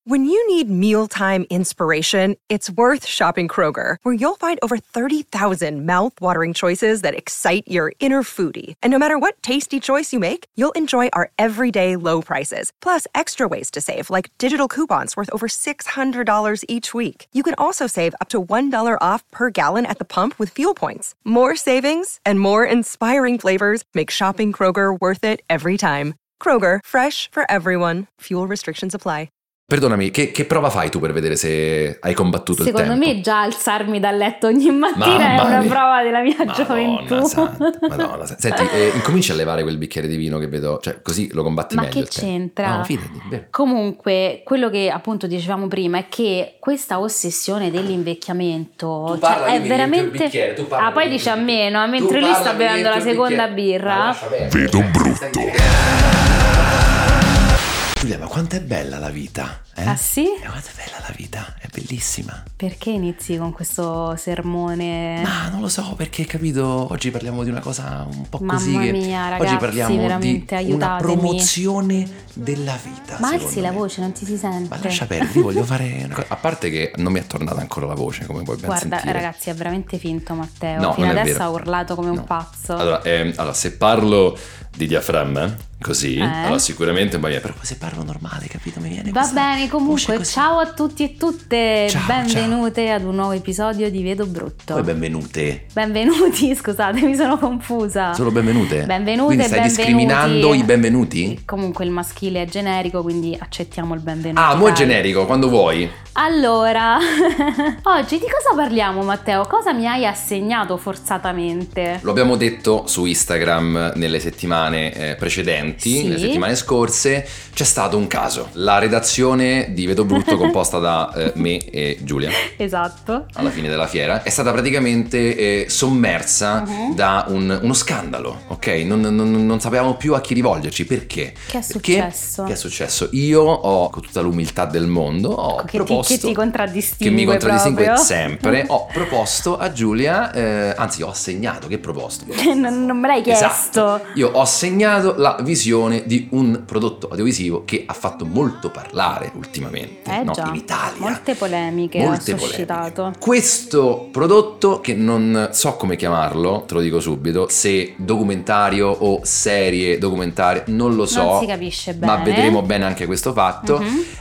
When you need mealtime inspiration, it's worth shopping Kroger, where you'll find over 30,000 mouth-watering choices that excite your inner foodie. And no matter what tasty choice you make, you'll enjoy our everyday low prices, plus extra ways to save, like digital coupons worth over $600 each week. You can also save up to $1 off per gallon at the pump with fuel points. More savings and more inspiring flavors make shopping Kroger worth it every time. Kroger, fresh for everyone. Fuel restrictions apply. Perdonami, che prova fai tu per vedere se hai combattuto il tempo? Secondo me già alzarmi dal letto ogni mattina è una prova della mia gioventù. Madonna. Senti, incominci a levare quel bicchiere di vino che vedo, cioè così lo combatti meglio. Ma che c'entra? No, fidati. Beh. Comunque, quello che appunto dicevamo prima è che questa ossessione dell'invecchiamento è veramente... Poi dice a me, no? Mentre lui sta bevendo la seconda birra. Vedo brutto. Giulia, ma quanto è bella la vita? Ah sì? Quanto è bella la vita, è bellissima. Perché inizi con questo sermone? Ma non lo so, perché capito, oggi parliamo di una cosa un po' Mamma così. Mia, ragazzi, oggi parliamo veramente, di una aiutatemi. promozione della vita. Ma alzi la voce, non ti si sente. Ma lascia perdere, voglio fare una cosa. A parte che non mi è tornata ancora la voce, come puoi ben Guarda, sentire. Ragazzi, è veramente finto Matteo. No, Fino non è adesso vero. ha urlato come un pazzo. Allora, se parlo di diaframma, così, allora sicuramente però se parlo normale, capito? Mi viene Va bene, comunque, ciao a tutti e tutte, Ciao, benvenute ad un nuovo episodio di Vedo Brutto. Poi benvenute. Benvenuti, scusate, mi sono confusa. Solo benvenute? Benvenute, quindi stai benvenuti. discriminando i benvenuti? Comunque il maschile è generico, quindi accettiamo il benvenuto. Ah, mo' è dai. generico, quando vuoi. Allora, oggi di cosa parliamo, Matteo? Cosa mi hai assegnato forzatamente? Lo abbiamo detto su Instagram nelle settimane precedenti, Sì. nelle settimane scorse, c'è stato un caso. La redazione di Vedo Brutto, composta da me e Giulia, Esatto. alla fine della fiera, è stata praticamente sommersa da uno scandalo, ok? Non sapevamo più a chi rivolgerci. Perché? Che è successo? Che è successo? Io ho, con tutta l'umiltà del mondo, ho proposto... Che ti contraddistingue. Che mi contraddistingue proprio. sempre. Ho proposto a Giulia, anzi ho assegnato, che proposto? non me l'hai chiesto. Esatto. Io ho assegnato la visione di un prodotto audiovisivo che ha fatto molto parlare ultimamente, no? Già. In Italia. Molte polemiche ha suscitato. Questo prodotto, che non so come chiamarlo, te lo dico subito, se documentario o serie documentaria, non lo so. Non si capisce bene. Ma vedremo bene anche questo fatto.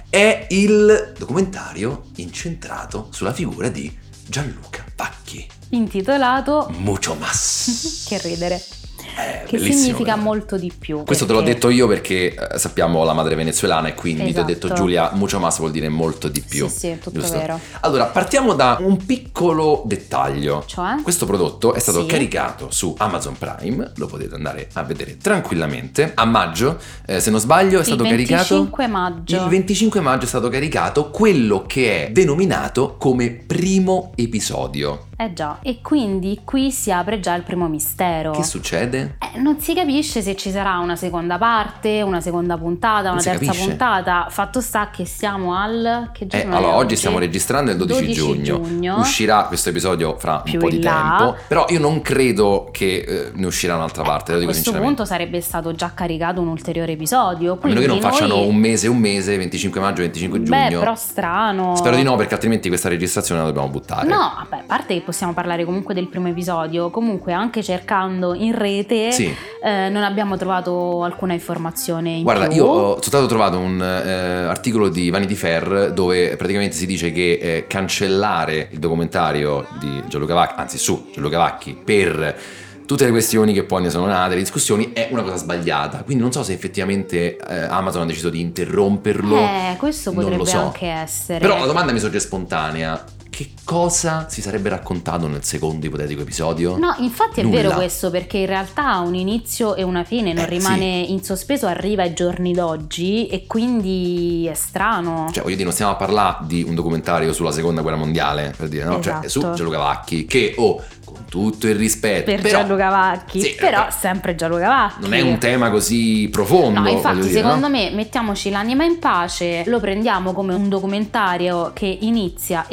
È il documentario incentrato sulla figura di Gianluca Vacchi, intitolato Mucho Más. Che ridere. Che Bellissimo, significa però. molto di più. Questo te l'ho detto io perché sappiamo la madre venezuelana, e quindi ti ho detto, Esatto. Giulia, mucho más vuol dire molto di più. Sì, tutto giusto? vero. Allora, partiamo da un piccolo dettaglio. Cioè? Questo prodotto è stato Sì. caricato su Amazon Prime, lo potete andare a vedere tranquillamente. A maggio, se non sbaglio, è stato caricato... Il 25 maggio. Il 25 maggio è stato caricato quello che è denominato come primo episodio. Già, e quindi qui si apre già il primo mistero. Che succede? Non si capisce se ci sarà una seconda parte, una seconda puntata, una si terza capisce. puntata. Fatto sta che siamo al... Che giorno è Allora, oggi stiamo registrando il 12 giugno. Uscirà questo episodio fra Più un po' di in là. tempo. Però io non credo che ne uscirà un'altra parte, lo A dico questo sinceramente. punto sarebbe stato già caricato un ulteriore episodio. A meno che non quindi facciano noi- un mese, 25 maggio, 25 giugno. Beh, però strano. Spero di no, perché altrimenti questa registrazione la dobbiamo buttare. No, vabbè, a parte che possiamo parlare comunque del primo episodio, comunque anche cercando in rete Sì. non abbiamo trovato alcuna informazione in Guarda, più. io ho soltanto trovato un articolo di Vanity Fair dove praticamente si dice che cancellare il documentario di Gianluca Vacchi, anzi su Gianluca Vacchi, per tutte le questioni che poi ne sono nate, le discussioni, è una cosa sbagliata. Quindi non so se effettivamente Amazon ha deciso di interromperlo. Questo non potrebbe lo so. anche essere. Però la domanda mi sorge spontanea: che cosa si sarebbe raccontato nel secondo ipotetico episodio? No, infatti è Nulla. vero questo, perché in realtà ha un inizio e una fine, non rimane in sospeso, arriva ai giorni d'oggi e quindi è strano. Cioè, voglio dire, non stiamo a parlare di un documentario sulla seconda guerra mondiale, per dire, no? Esatto. Cioè, è su Gianluca Vacchi, che, con tutto il rispetto, Per però, Gianluca Vacchi, sì, però sempre Gianluca Vacchi. non è un tema così profondo. No, infatti voglio dire, secondo no? me mettiamoci l'anima in pace, lo prendiamo come un documentario che inizia e finisce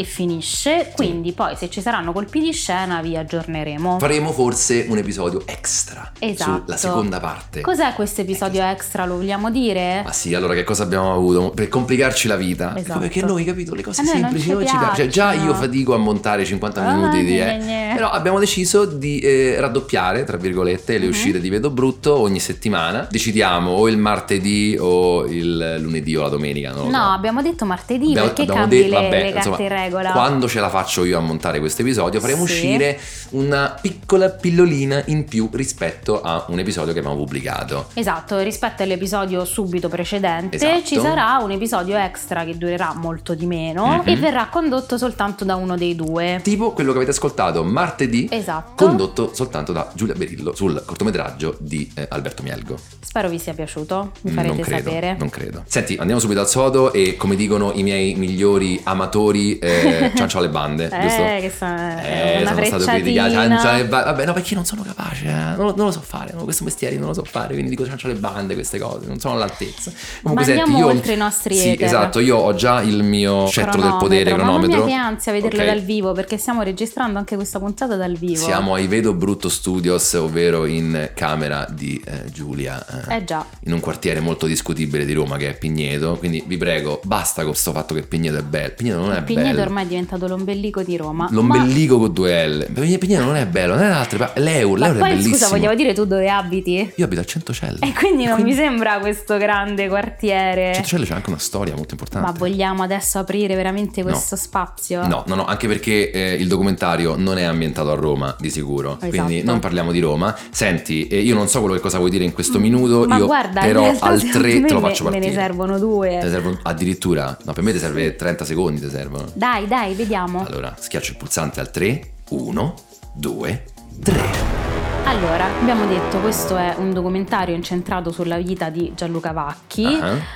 finisce, quindi poi se ci saranno colpi di scena vi aggiorneremo. Faremo forse un episodio extra, esatto, sulla seconda parte. Cos'è questo episodio extra, lo vogliamo dire? Ma sì, allora che cosa abbiamo avuto? Per complicarci la vita, esatto. Perché noi, capito, le cose semplici non ci piace. Già io fatico a montare 50 minuti però abbiamo deciso di raddoppiare, tra virgolette, le uscite di Vedo Brutto ogni settimana. Decidiamo o il martedì o il lunedì o la domenica, non lo so. Abbiamo detto martedì, perché cambi le carte in regola. Quando ce la faccio io a montare questo episodio faremo uscire una piccola pillolina in più rispetto a un episodio che abbiamo pubblicato. Esatto, rispetto all'episodio subito precedente ci sarà un episodio extra che durerà molto di meno e verrà condotto soltanto da uno dei due. Tipo quello che avete ascoltato martedì, esatto, condotto soltanto da Giulia Berillo sul cortometraggio di Alberto Mielgo. Spero vi sia piaciuto, mi farete sapere. Non credo. Senti, andiamo subito al sodo e come dicono i miei migliori amatori, ciancio alle bande, giusto? Che sono stato criticato, ciancio alle bande. Vabbè, no, perché non sono capace, non lo so fare, questo mestiere non lo so fare, quindi dico ciancio alle bande, queste cose, non sono all'altezza. Comunque, ma andiamo oltre i nostri hater. Esatto, io ho già il mio scettro del potere, cronometro. Mamma mia, che ansia vederlo dal vivo, perché stiamo registrando anche questa puntata dal vivo. Siamo ai Vedo Brutto Studios, ovvero in camera di Giulia. Già. In un quartiere molto discutibile di Roma che è Pigneto, quindi vi prego, basta con questo fatto che Pigneto è bello. Pigneto non è bello. Pigneto ormai è diventato l'ombelico di Roma. L'ombelico con 2 L. Pigneto non è bello, non è l'altro. L'Eur è bellissimo. Scusa, vogliamo dire tu dove abiti? Io abito a Centocelle. E quindi non mi sembra questo grande quartiere. Centocelle c'è anche una storia molto importante. Ma vogliamo adesso aprire veramente questo spazio? No, anche perché il documentario non è ambientato a Roma, di sicuro. Esatto. Quindi non parliamo di Roma. Senti, io non so quello che cosa vuoi dire in questo minuto. Ma io guarda, però al 3 te lo faccio partire. Me ne servono 2. Te servono addirittura? No, per me ti serve 30 secondi, ti servono. Dai, vediamo. Allora, schiaccio il pulsante al 3. 1, 2, 3. Allora, abbiamo detto, questo è un documentario incentrato sulla vita di Gianluca Vacchi,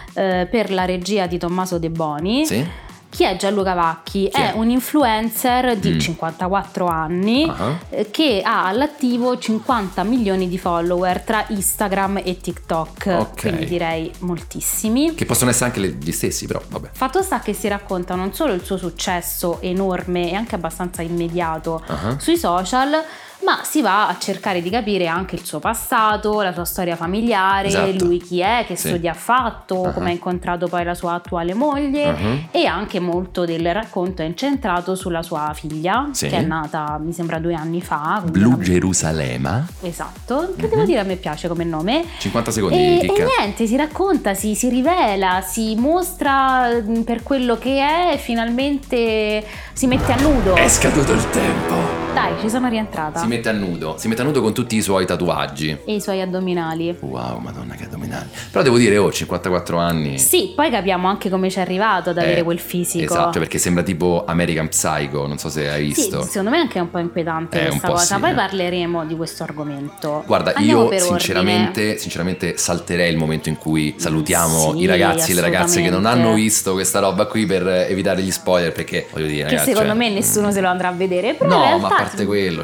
per la regia di Tommaso De Boni. Sì. Chi è Gianluca Vacchi? È un influencer di 54 anni che ha all'attivo 50 milioni di follower tra Instagram e TikTok, quindi direi moltissimi. Che possono essere anche gli stessi, però vabbè. Fatto sta che si racconta non solo il suo successo enorme e anche abbastanza immediato sui social, ma si va a cercare di capire anche il suo passato, la sua storia familiare, lui chi è, che studi ha fatto, come ha incontrato poi la sua attuale moglie, e anche molto del racconto è incentrato sulla sua figlia, che è nata mi sembra 2 anni fa. Blu Gerusalemme. Esatto, che devo dire a me piace come nome. 50 secondi e niente, si racconta, si rivela, si mostra per quello che è e finalmente si mette a nudo. È scaduto il tempo. Dai, ci sono rientrata. Si mette a nudo con tutti i suoi tatuaggi e i suoi addominali. Wow, madonna, che addominali. Però devo dire, 54 anni. Sì, poi capiamo anche come ci è arrivato ad avere quel fisico. Esatto, perché sembra tipo American Psycho, non so se hai visto. Sì, secondo me è anche un po' inquietante questa cosa. Poi parleremo di questo argomento. Guarda, andiamo io sinceramente salterei il momento in cui salutiamo i ragazzi e le ragazze che non hanno visto questa roba qui, per evitare gli spoiler, perché voglio dire, che ragazzi, secondo me nessuno se lo andrà a vedere. Però no, in realtà, ma a parte quello,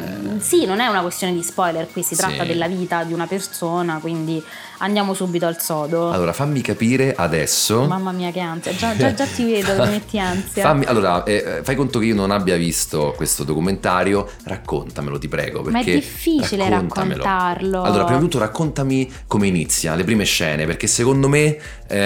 sì, non è una questione di spoiler, qui si tratta della vita di una persona, quindi andiamo subito al sodo. Allora, fammi capire adesso. Mamma mia, che ansia, già ti vedo, mi metti ansia. Allora, fai conto che io non abbia visto questo documentario, raccontamelo, ti prego, perché ma è difficile raccontarlo. Allora, prima di tutto raccontami come inizia, le prime scene, perché secondo me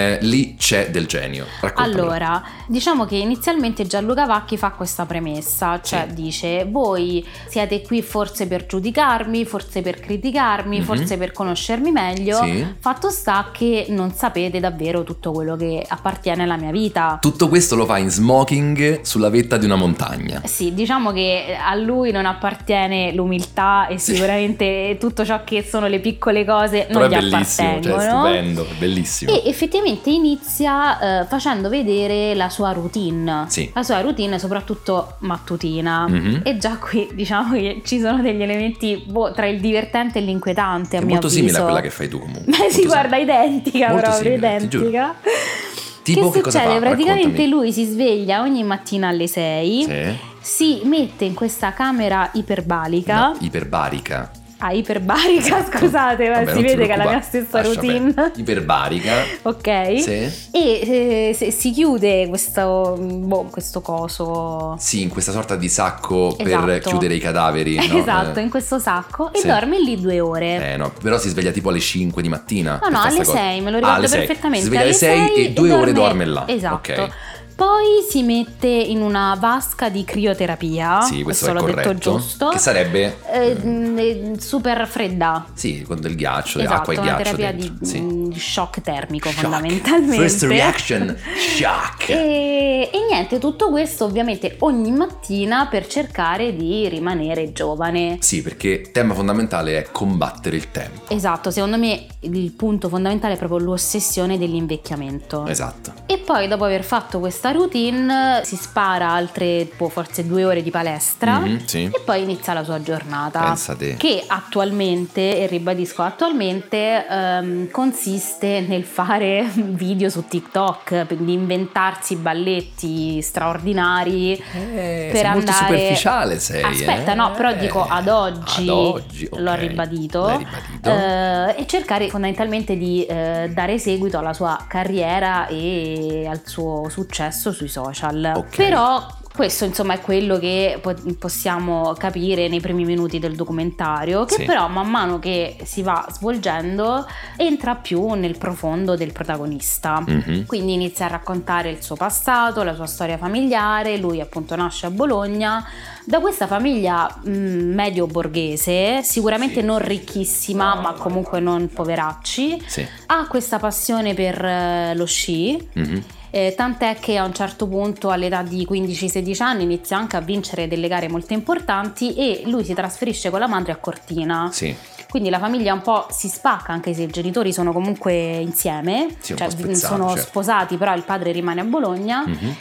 lì c'è del genio. Raccontamelo. Allora, diciamo che inizialmente Gianluca Vacchi fa questa premessa, cioè dice: voi siete qui forse per giudicarmi, forse per criticarmi, forse per conoscermi meglio. Fatto sta che non sapete davvero tutto quello che appartiene alla mia vita. Tutto questo lo fa in smoking sulla vetta di una montagna. Sì, diciamo che a lui non appartiene l'umiltà e sicuramente tutto ciò che sono le piccole cose non gli appartengono. Cioè, stupendo, bellissimo. E effettivamente inizia facendo vedere la sua routine. La sua routine soprattutto mattutina. E già qui diciamo che ci sono degli elementi tra il divertente e l'inquietante, a mio avviso. È molto simile a quella che fai tu comunque. Si guarda identica, molto proprio simile, identica. Tipo, che cosa succede? fa? Praticamente Raccontami. lui si sveglia ogni mattina alle 6, si mette in questa camera iperbarica. Iperbarica. iperbarica, scusate, Vabbè, si vede che è la mia stessa routine. Iperbarica. Ok. Sì. E si chiude questo coso. Sì, in questa sorta di sacco per Esatto. chiudere i cadaveri, no? Esatto, in questo sacco, e sì. dorme lì 2 ore. No, però si sveglia tipo alle 5 di mattina. No, alle 6, me lo ricordo alle 6. perfettamente. Si sveglia alle 6 e 2 ore dorme là. Esatto. Ok. Poi si mette in una vasca di crioterapia. Sì, questo è l'ho corretto. detto giusto. Che sarebbe super fredda. sì, con del ghiaccio, Esatto, acqua e una ghiaccio terapia dentro. di Sì. shock termico, Shock. fondamentalmente. First reaction, shock. E niente, tutto questo ovviamente ogni mattina per cercare di rimanere giovane. Sì, perché il tema fondamentale è combattere il tempo. Esatto, secondo me il punto fondamentale è proprio l'ossessione dell'invecchiamento. Esatto. E poi dopo aver fatto questa routine si spara altre forse 2 ore di palestra Sì. e poi inizia la sua giornata. Pensa te. Che attualmente, e ribadisco attualmente, consiste nel fare video su TikTok, di inventarsi balletti straordinari per sei andare. molto superficiale sei. Aspetta, no, però dico ad oggi ok. l'ho ribadito. L'hai ribadito. E cercare fondamentalmente di dare seguito alla sua carriera e al suo successo sui social. Ok. Però questo insomma è quello che possiamo capire nei primi minuti del documentario, che Sì. però man mano che si va svolgendo entra più nel profondo del protagonista. Quindi inizia a raccontare il suo passato, la sua storia familiare. Lui appunto nasce a Bologna da questa famiglia medio borghese, sicuramente Sì. non ricchissima, No, ma comunque non poveracci. Sì. Ha questa passione per lo sci. Tant'è che a un certo punto all'età di 15-16 anni inizia anche a vincere delle gare molto importanti e lui si trasferisce con la madre a Cortina. Sì. Quindi la famiglia un po' si spacca, anche se i genitori sono comunque insieme, Sì, un cioè po' spezzati, sono certo. sposati, però il padre rimane a Bologna.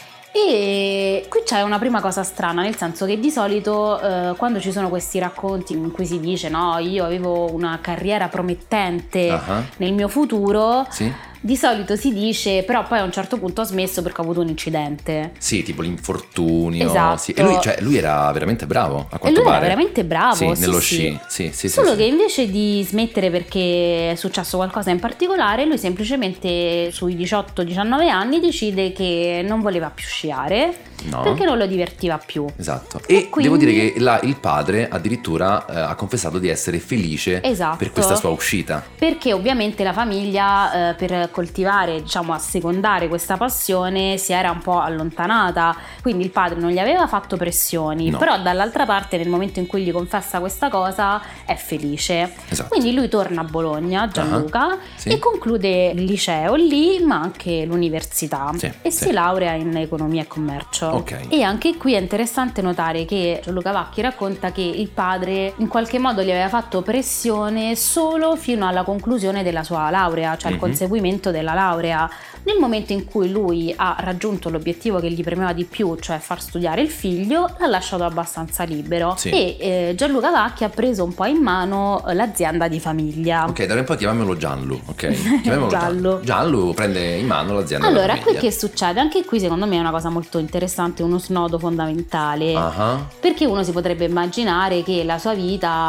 E qui c'è una prima cosa strana, nel senso che di solito quando ci sono questi racconti in cui si dice no, io avevo una carriera promettente nel mio futuro, Sì. di solito si dice però poi a un certo punto ho smesso perché ho avuto un incidente. Sì, tipo l'infortunio. Esatto. Sì. E lui era veramente bravo, a E quanto lui pare. era veramente bravo, Sì, sì, nello sì. sci. Sì, Solo sì. che invece di smettere perché è successo qualcosa in particolare, lui semplicemente sui 18-19 anni decide che non voleva più sciare. No. Perché non lo divertiva più. Esatto. E E quindi- devo dire che il padre addirittura ha confessato di essere felice Esatto. per questa sua uscita. Perché ovviamente la famiglia per coltivare, diciamo, assecondare questa passione si era un po' allontanata, quindi il padre non gli aveva fatto pressioni, No. però dall'altra parte nel momento in cui gli confessa questa cosa è felice. Esatto. Quindi lui torna a Bologna, Gianluca, Sì. e conclude il liceo lì, ma anche l'università, Sì, e sì. si laurea in economia e commercio. Ok. E anche qui è interessante notare che Gianluca Vacchi racconta che il padre in qualche modo gli aveva fatto pressione solo fino alla conclusione della sua laurea, cioè il conseguimento della laurea. Nel momento in cui lui ha raggiunto l'obiettivo che gli premeva di più, cioè far studiare il figlio, l'ha lasciato abbastanza libero. Sì. E Gianluca Vacchi ha preso un po' in mano l'azienda di famiglia. Ok, da ora in poi chiamiamolo Gianlu, ok? Chiamiamolo Giallo. Gianlu prende in mano l'azienda Allora, della qui famiglia. che succede? Anche qui secondo me è una cosa molto interessante, uno snodo fondamentale. Ah. Perché uno si potrebbe immaginare che la sua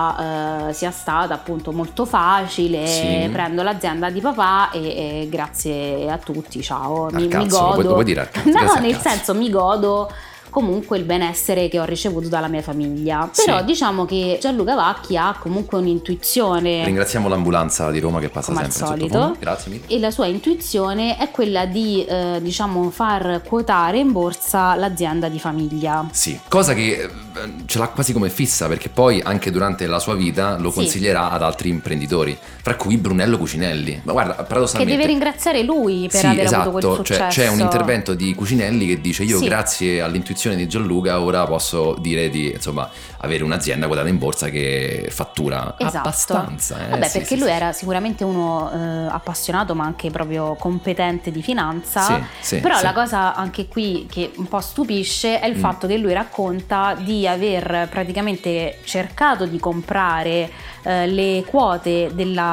vita sia stata appunto molto facile, Sì. prendo l'azienda di papà e grazie a tutti, ciao, mi cazzo, godo. lo vuoi dire al cazzo? No, Grazie al nel cazzo. senso mi godo comunque il benessere che ho ricevuto dalla mia famiglia. Però Sì. diciamo che Gianluca Vacchi ha comunque un'intuizione. Ringraziamo l'ambulanza di Roma che passa Come al sempre solito. sottofondo. Grazie mille. E la sua intuizione è quella di diciamo far quotare in borsa l'azienda di famiglia. Sì, cosa che ce l'ha quasi come fissa, perché poi anche durante la sua vita lo Sì. consiglierà ad altri imprenditori, fra cui Brunello Cucinelli. Ma guarda, Che paradossalmente deve ringraziare lui per sì, aver esatto, avuto quel successo. cioè c'è un intervento di Cucinelli che dice io Sì. grazie all'intuizione di Gianluca ora posso dire di insomma avere un'azienda quotata in borsa che fattura Esatto. abbastanza. Vabbè, Sì, perché sì, lui sì. era sicuramente uno appassionato ma anche proprio competente di finanza. Sì, sì, Però sì. la cosa anche qui che un po' stupisce è il fatto che lui racconta di aver praticamente cercato di comprare le quote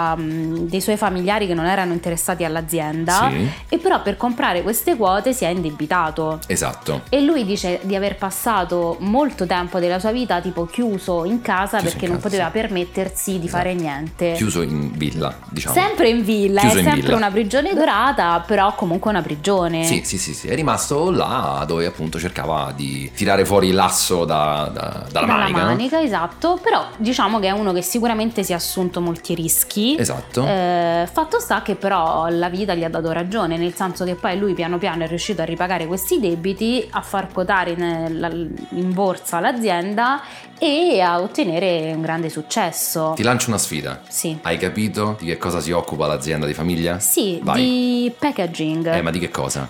dei suoi familiari che non erano interessati all'azienda, Sì. e però per comprare queste quote si è indebitato. Esatto. E lui dice di aver passato molto tempo della sua vita tipo chiuso in casa perché non poteva permettersi di fare niente. Chiuso in villa, diciamo. Sempre in villa, Chiuso è in sempre villa. Una prigione dorata, però comunque una prigione. Sì, è rimasto là dove appunto cercava di tirare fuori l'asso dalla manica, no? Esatto, però diciamo che è uno che sicuramente si è assunto molti rischi. Esatto. Fatto sta che però la vita gli ha dato ragione, nel senso che poi lui piano piano è riuscito a ripagare questi debiti, a far quotare in borsa l'azienda e a ottenere un grande successo. Ti lancio una sfida. Sì. Hai capito di che cosa si occupa l'azienda di famiglia? Sì, Vai. di packaging. Ma di che cosa?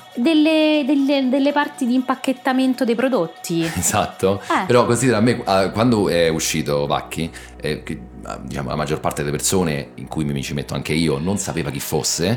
Delle parti di impacchettamento dei prodotti. Esatto. Però considera, a me quando è uscito Vacchi, che, diciamo la maggior parte delle persone, in cui mi ci metto anche io, non sapeva chi fosse,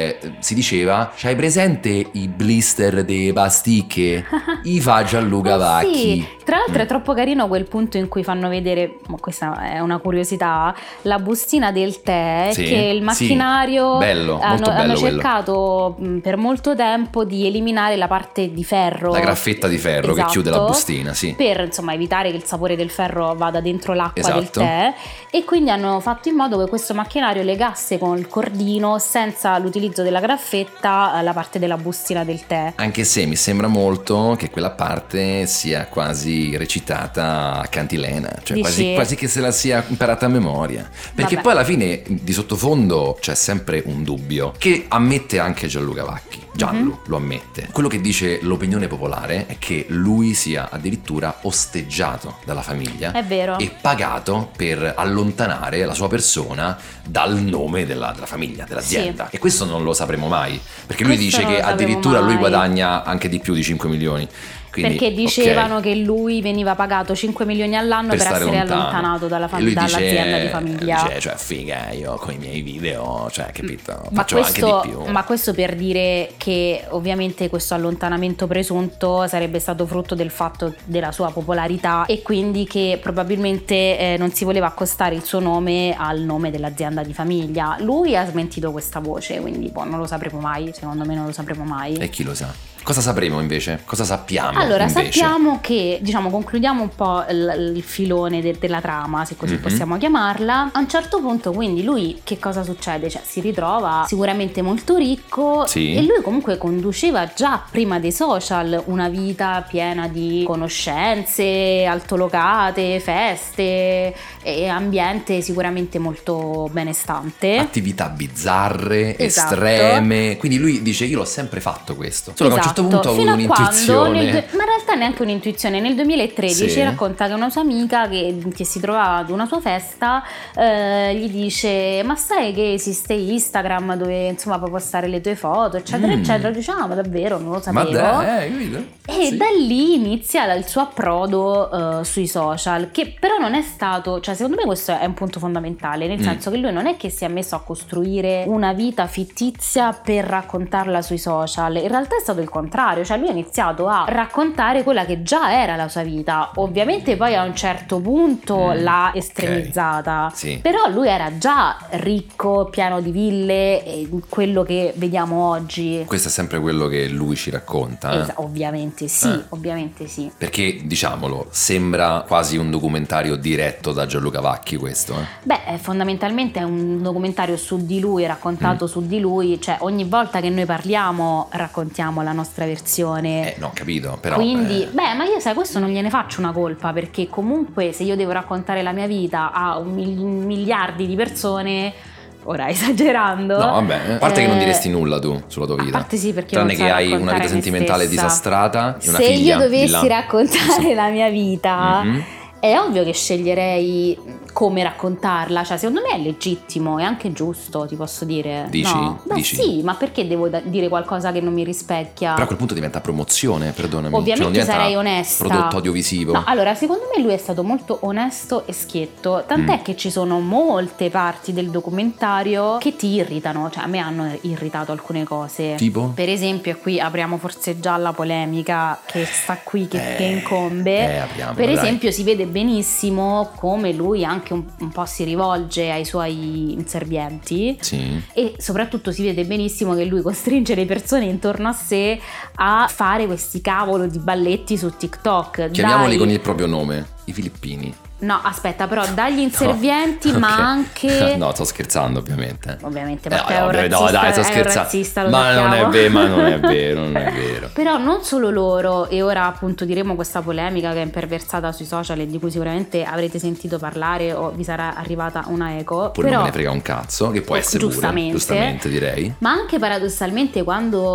si diceva: c'hai presente i blister dei pasticche? I fa Gianluca Vacchi. Sì, tra l'altro è troppo carino quel punto in cui fanno vedere, ma questa è una curiosità, la bustina del tè, Sì, che il macchinario bello, molto bello hanno quello. cercato per molto tempo di eliminare la parte di ferro, La graffetta di ferro che chiude la Esatto, bustina, sì. per insomma evitare che il sapore del ferro vada dentro l'acqua del Esatto. tè, e quindi hanno fatto in modo che questo macchinario legasse con il cordino, senza l'utilizzo della graffetta, la parte della bustina del tè. Anche se mi sembra molto che quella parte sia quasi recitata a cantilena, cioè Dici? quasi che se la sia imparata a memoria. Perché Vabbè. poi alla fine di sottofondo c'è sempre un dubbio che ammette anche Gianluca Vacchi. Gianlu lo ammette. Quello che dice l'opinione popolare è che lui sia addirittura osteggiato dalla famiglia. È vero. E pagato per allontanare la sua persona dal nome della famiglia, dell'azienda. Sì. E questo non lo sapremo mai, perché lui Questo dice non che lo sapremo addirittura lui mai. guadagna anche di più di 5 milioni. Quindi, perché dicevano ok, che lui veniva pagato 5 milioni all'anno per stare essere lontano. allontanato E lui dall'azienda di famiglia. Dice, cioè, figa, io con i miei video, cioè, capito? Ma Faccio anche di più. Ma questo per dire che ovviamente questo allontanamento presunto sarebbe stato frutto del fatto della sua popolarità, e quindi che probabilmente non si voleva accostare il suo nome al nome dell'azienda di famiglia. Lui ha smentito questa voce, quindi non lo sapremo mai, secondo me non lo sapremo mai. E chi lo sa? Cosa sapremo invece? Cosa sappiamo? Allora, invece? sappiamo che, diciamo, concludiamo un po' il filone della trama, se così possiamo chiamarla. A un certo punto, quindi, lui che cosa succede? Cioè, si ritrova sicuramente molto ricco, Sì. e lui comunque conduceva già prima dei social una vita piena di conoscenze, altolocate, feste e ambiente sicuramente molto benestante. Attività bizzarre, Esatto. estreme. Quindi lui dice: io l'ho sempre fatto questo. Solo che a un certo punto ho fino avuto a quando un'intuizione. ma in realtà neanche un'intuizione. Nel 2013 Sì. racconta che una sua amica che si trovava ad una sua festa gli dice: ma sai che esiste Instagram dove insomma puoi postare le tue foto, eccetera eccetera. Dice: ah, ma davvero, non lo Ma sapevo. dai, capito? E Sì. da lì inizia il suo approdo sui social, che però non è stato, cioè secondo me questo è un punto fondamentale, nel senso che lui non è che si è messo a costruire una vita fittizia per raccontarla sui social, in realtà è stato il contrario, cioè lui ha iniziato a raccontare quella che già era la sua vita, ovviamente poi a un certo punto l'ha estremizzata, Sì. però lui era già ricco, pieno di ville, e quello che vediamo oggi. Questo è sempre quello che lui ci racconta. Ovviamente sì, ovviamente sì. Perché, diciamolo, sembra quasi un documentario diretto da Gianluca Vacchi questo. Beh, fondamentalmente è un documentario su di lui, raccontato su di lui, cioè ogni volta che noi parliamo raccontiamo la nostra versione. No, capito, però... Quindi, ma io sai, questo non gliene faccio una colpa, perché comunque se io devo raccontare la mia vita a miliardi di persone, ora esagerando. No, vabbè, a parte che non diresti nulla tu sulla tua vita. A parte sì, perché tranne non so che hai una raccontare vita me sentimentale stessa. disastrata e una Se figlia io dovessi di là. raccontare la mia vita, Mhm. è ovvio che sceglierei come raccontarla, cioè secondo me è legittimo, è anche giusto, ti posso dire. Dici? No? Beh, Dici? sì, ma perché devo dire qualcosa che non mi rispecchia? Però a quel punto diventa promozione, perdonami. Ovviamente non diventa sarei onesta. prodotto audiovisivo. No, allora, secondo me lui è stato molto onesto e schietto, tant'è che ci sono molte parti del documentario che ti irritano, cioè a me hanno irritato alcune cose. Tipo? Per esempio, e qui apriamo forse già la polemica che sta qui, che incombe. Apriamola, Per dai. esempio, si vede benissimo come lui, anche anche un po' si rivolge ai suoi inservienti, Sì. e soprattutto si vede benissimo che lui costringe le persone intorno a sé a fare questi cavolo di balletti su TikTok. Chiamiamoli con il proprio nome, i filippini. No, aspetta, però dagli inservienti, No, ma ok. anche... No, sto scherzando ovviamente. Ovviamente, perché no, no, dai, sto scherzando. razzista, lo ma non è sappiamo. vero, ma non è vero, non è vero. Però non solo loro, e ora appunto diremo questa polemica che è imperversata sui social e di cui sicuramente avrete sentito parlare o vi sarà arrivata una eco. Poi però, non me ne frega un cazzo, che può essere giustamente direi. Ma anche paradossalmente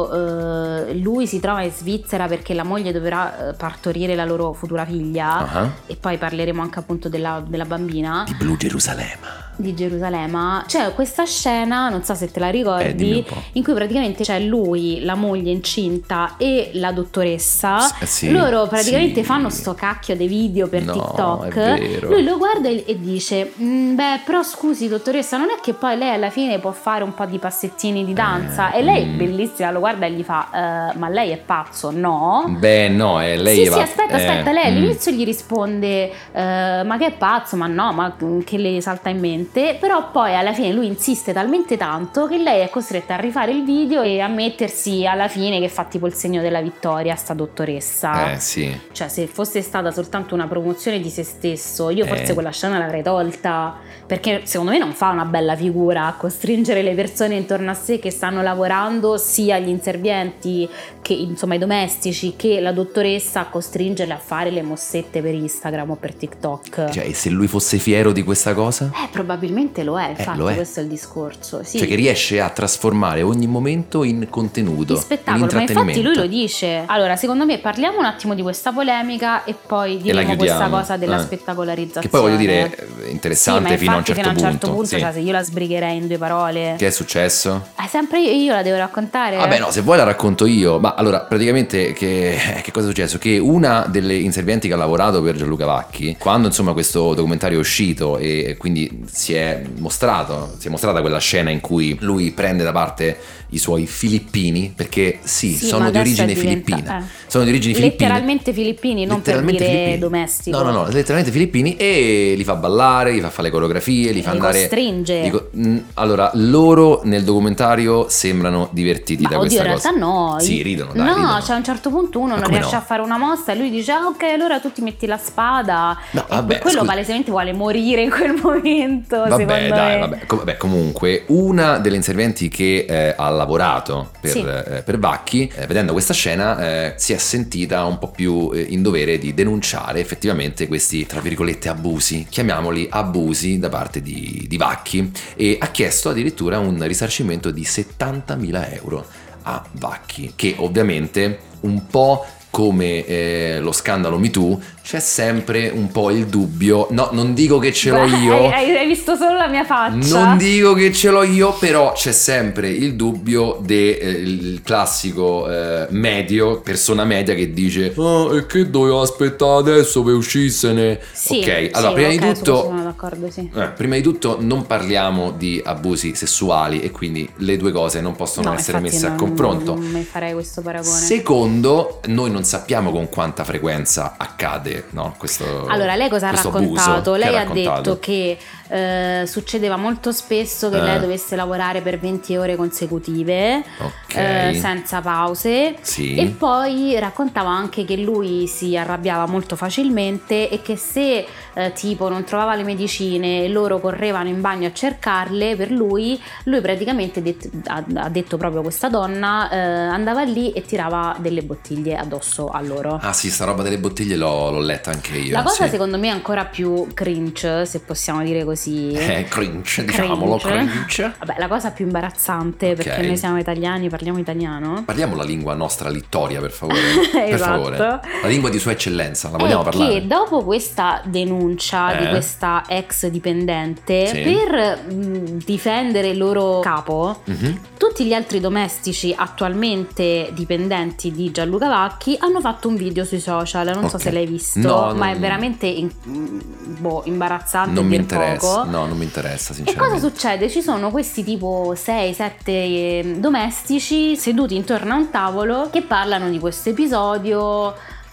quando lui si trova in Svizzera perché la moglie dovrà partorire la loro futura figlia, e poi parleremo anche appunto della bambina Di Blu Gerusalemme. di Gerusalemme, c'è questa scena, non so se te la Dimmi ricordi, un po'. in cui praticamente c'è lui, la moglie incinta e la dottoressa. Sì, Loro praticamente sì. fanno sto cacchio dei video per No, TikTok. è vero. Lui lo guarda e dice: beh, però scusi dottoressa, non è che poi lei alla fine può fare un po' di passettini di danza? E lei bellissima lo guarda e gli fa: ma lei è pazzo? No. Beh, no, lei Sì, va... aspetta, lei all'inizio gli risponde ma che è pazzo, ma no, ma che le salta in mente, però poi alla fine lui insiste talmente tanto che lei è costretta a rifare il video e a mettersi alla fine che fa tipo il segno della vittoria, sta dottoressa. Sì. Cioè, se fosse stata soltanto una promozione di se stesso, io forse quella scena l'avrei tolta, perché secondo me non fa una bella figura a costringere le persone intorno a sé che stanno lavorando, sia gli inservienti che insomma i domestici, che la dottoressa, a costringerle a fare le mossette per Instagram o per TikTok. Cioè, e se lui fosse fiero di questa cosa? Probabilmente lo è, infatti lo è. questo è il discorso. Sì. Cioè che riesce a trasformare ogni momento in contenuto, Di in spettacolo, ma intrattenimento. infatti lui lo dice. Allora, secondo me parliamo un attimo di questa polemica e poi diremo questa chiudiamo. cosa della spettacolarizzazione. Che poi voglio dire, interessante sì, ma fino a un infatti certo punto. Sì. Cioè, se io la sbrigherei in 2 parole. Che è successo? Sempre io la devo raccontare. Vabbè, no, se vuoi la racconto io. Ma allora, praticamente che cosa è successo? Che una delle inservienti che ha lavorato per Gianluca Vacchi, quando insomma questo documentario è uscito e quindi si è mostrata quella scena in cui lui prende da parte i suoi filippini, perché sono ma di adesso origine è diventa- filippina. Sono di origine filippine. Letteralmente filippini, non per dire filippini. domestico. No, letteralmente filippini, e li fa ballare, li fa fare le coreografie, li fa Li andare... costringe. Allora, loro nel documentario sembrano divertiti da questa in cosa. realtà no. Sì, ridono, dai, No, ridono. cioè a un certo punto uno Ma non come riesce no? a fare una mossa e lui dice ok, allora tu ti metti la spada. No, E vabbè, quello scusa. palesemente vuole morire in quel momento, secondo me. Vabbè, comunque una delle inservienti che ha lavorato per Vacchi, vedendo questa scena si è sentita un po' più in dovere di denunciare effettivamente questi, tra virgolette, abusi, chiamiamoli abusi da parte di Vacchi, e ha chiesto addirittura un risarcimento di 70.000 euro a Vacchi, che ovviamente un po' come lo scandalo Me Too c'è sempre un po' il dubbio. No, non dico che ce l'ho io. Hai visto solo la mia faccia. Non dico che ce l'ho io, però c'è sempre il dubbio del classico medio, persona media che dice e che dovevo aspettare adesso per uscissene. Sì, ok, allora prima di su questo tutto sono d'accordo, sì. prima di tutto non parliamo di abusi sessuali e quindi le due cose non possono essere infatti messe a confronto. Non mi farei questo paragone. Secondo, noi non sappiamo con quanta frequenza accade, no? Allora, lei cosa ha questo raccontato? abuso che Lei ha raccontato. detto che succedeva molto spesso che lei dovesse lavorare per 20 ore consecutive, senza pause. Sì. E poi raccontava anche che lui si arrabbiava molto facilmente e che se tipo non trovava le medicine e loro correvano in bagno a cercarle per lui praticamente ha detto proprio questa donna, andava lì e tirava delle bottiglie addosso a loro. Ah sì, sta roba delle bottiglie l'ho letta anche io. La cosa sì. secondo me è ancora più cringe, se possiamo dire così. Cringe, diciamolo, cringe. Vabbè, la cosa più imbarazzante, perché noi siamo italiani, parliamo italiano. Parliamo la lingua nostra littoria, per favore. Per Esatto. favore. La lingua di sua eccellenza, la vogliamo parlare? Che dopo questa denuncia di questa ex dipendente, per difendere il loro capo, tutti gli altri domestici attualmente dipendenti di Gianluca Vacchi hanno fatto un video sui social, non so se l'hai visto, ma è veramente imbarazzante. Non mi interessa. No, non mi interessa, E sinceramente. cosa succede? Ci sono questi tipo 6-7 domestici seduti intorno a un tavolo che parlano di questo episodio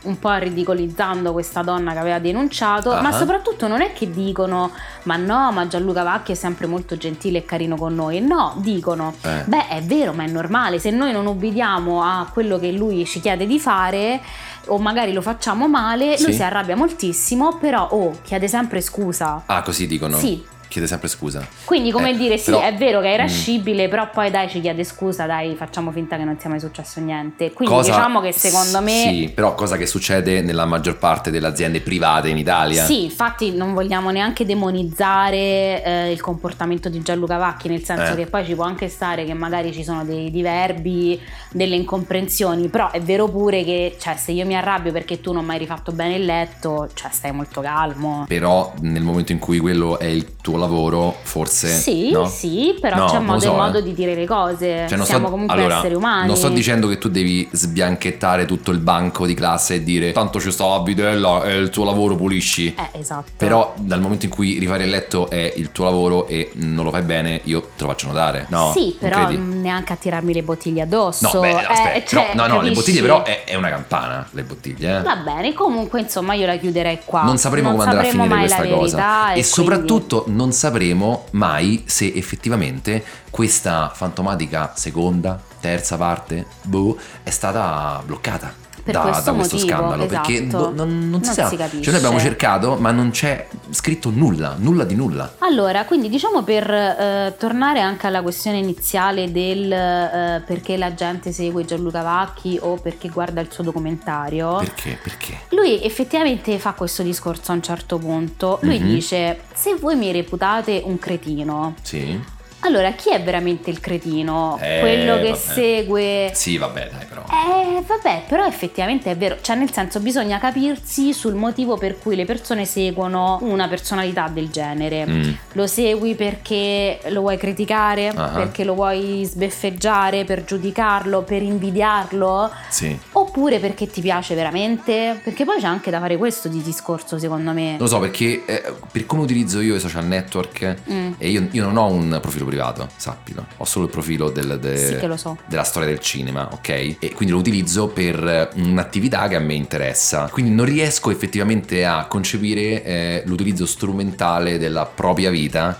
un po' ridicolizzando questa donna che aveva denunciato, ma soprattutto non è che dicono ma no, ma Gianluca Vacchi è sempre molto gentile e carino con noi, no, dicono beh è vero, ma è normale, se noi non ubbidiamo a quello che lui ci chiede di fare o magari lo facciamo male, lui si arrabbia moltissimo, però chiede sempre scusa. Ah, così dicono? Sì. Chiede sempre scusa. Quindi come dire, sì, però, è vero che è irascibile, però poi dai ci chiede scusa, dai facciamo finta che non sia mai successo niente. Quindi diciamo che secondo me... Sì, però cosa che succede nella maggior parte delle aziende private in Italia. Sì, infatti non vogliamo neanche demonizzare il comportamento di Gianluca Vacchi, nel senso che poi ci può anche stare che magari ci sono dei diverbi, delle incomprensioni, però è vero pure che cioè, se io mi arrabbio perché tu non mi hai rifatto bene il letto, cioè stai molto calmo. Però nel momento in cui quello è il tuo lavoro, forse sì, no? Sì, però c'è modo e modo di dire le cose, cioè, siamo comunque esseri umani. Non sto dicendo che tu devi sbianchettare tutto il banco di classe e dire tanto ci sta la bidella, è il tuo lavoro, pulisci. Esatto. Però dal momento in cui rifare il letto è il tuo lavoro e non lo fai bene, io te lo faccio notare, no? Sì, però neanche a tirarmi le bottiglie addosso. No, aspetta, cioè, no, le bottiglie però è una campana, le bottiglie. Va bene, comunque insomma io la chiuderei qua. Non sapremo come andrà a finire questa cosa. E soprattutto non sapremo mai se effettivamente questa fantomatica seconda, terza parte è stata bloccata da questo scandalo, esatto. Perché non si sa, si capisce. Cioè noi abbiamo cercato ma non c'è scritto nulla di nulla. Allora, quindi diciamo per tornare anche alla questione iniziale del perché la gente segue Gianluca Vacchi o perché guarda il suo documentario. Perché? Lui effettivamente fa questo discorso a un certo punto. Lui dice: se voi mi reputate un cretino, sì, allora chi è veramente il cretino? Quello che segue... Sì, vabbè, dai, però... vabbè, però effettivamente è vero. Cioè, nel senso, bisogna capirsi sul motivo per cui le persone seguono una personalità del genere. Lo segui perché lo vuoi criticare? Perché lo vuoi sbeffeggiare? Per giudicarlo? Per invidiarlo? Sì. Oppure perché ti piace veramente? Perché poi c'è anche da fare questo di discorso, secondo me. Non lo so, perché per come utilizzo io i social network, e io non ho un profilo privato, sappilo, ho solo il profilo sì che lo so. della storia del cinema, ok? E quindi lo utilizzo per un'attività che a me interessa, quindi non riesco effettivamente a concepire l'utilizzo strumentale della propria vita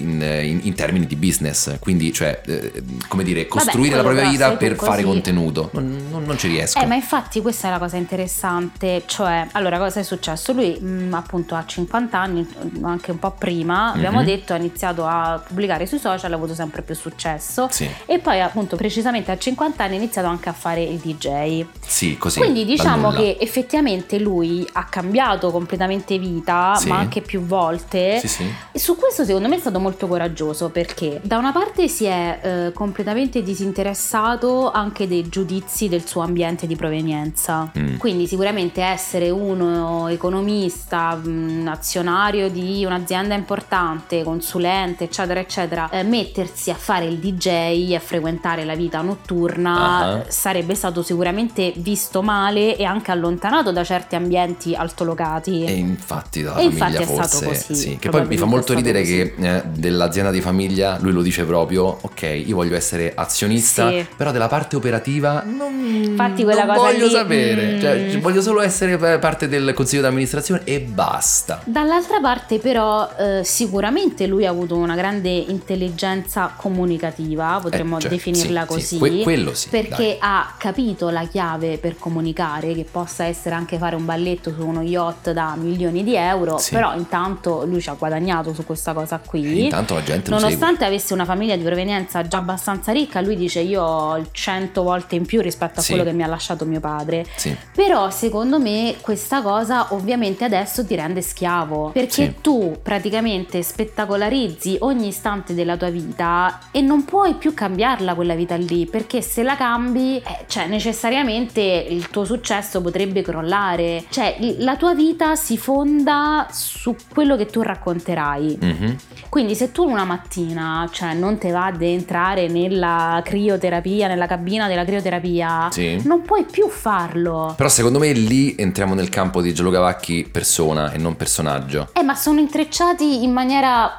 in termini di business, quindi cioè come dire, costruire la propria vita per fare contenuto, non ci riesco. Ma infatti questa è la cosa interessante, cioè allora cosa è successo? Lui appunto ha 50 anni, anche un po' prima, abbiamo detto, ha iniziato a pubblicare sui social, ha avuto sempre più successo, sì. E poi appunto precisamente a 50 anni ha iniziato anche a fare il DJ. Sì, così. Quindi diciamo che effettivamente lui ha cambiato completamente vita, sì. Ma anche più volte. Sì, sì. E su questo secondo me è stato molto coraggioso, perché da una parte si è completamente disinteressato anche dei giudizi del suo ambiente di provenienza. Quindi sicuramente essere uno economista, azionario di un'azienda importante, consulente, eccetera eccetera, mettersi a fare il DJ, a frequentare la vita notturna, sarebbe stato sicuramente visto male e anche allontanato da certi ambienti altolocati. E infatti dalla famiglia è forse stato così, sì. Che poi mi fa molto ridere che dell'azienda di famiglia lui lo dice proprio: ok, io voglio essere azionista, sì. Però della parte operativa infatti quella non cosa voglio lì, sapere, cioè, voglio solo essere parte del consiglio di amministrazione e basta. Dall'altra parte però sicuramente lui ha avuto una grande intelligenza comunicativa, potremmo definirla così, sì. Quello sì, perché ha capito la chiave per comunicare, che possa essere anche fare un balletto su uno yacht da milioni di euro, sì. Però intanto lui ci ha guadagnato su questa cosa qui, e intanto la gente nonostante avesse una famiglia di provenienza già abbastanza ricca. Lui dice: io ho il 100 volte in più rispetto a quello che mi ha lasciato mio padre, sì. Però secondo me questa cosa ovviamente adesso ti rende schiavo, perché tu praticamente spettacolarizzi ogni istante della tua vita e non puoi più cambiarla quella vita lì, perché se la cambi cioè necessariamente il tuo successo potrebbe crollare, cioè la tua vita si fonda su quello che tu racconterai. Quindi se tu una mattina cioè non te va ad entrare nella crioterapia, nella cabina della crioterapia, non puoi più farlo. Però secondo me lì entriamo nel campo di Gianluca Vacchi persona e non personaggio. Ma sono intrecciati in maniera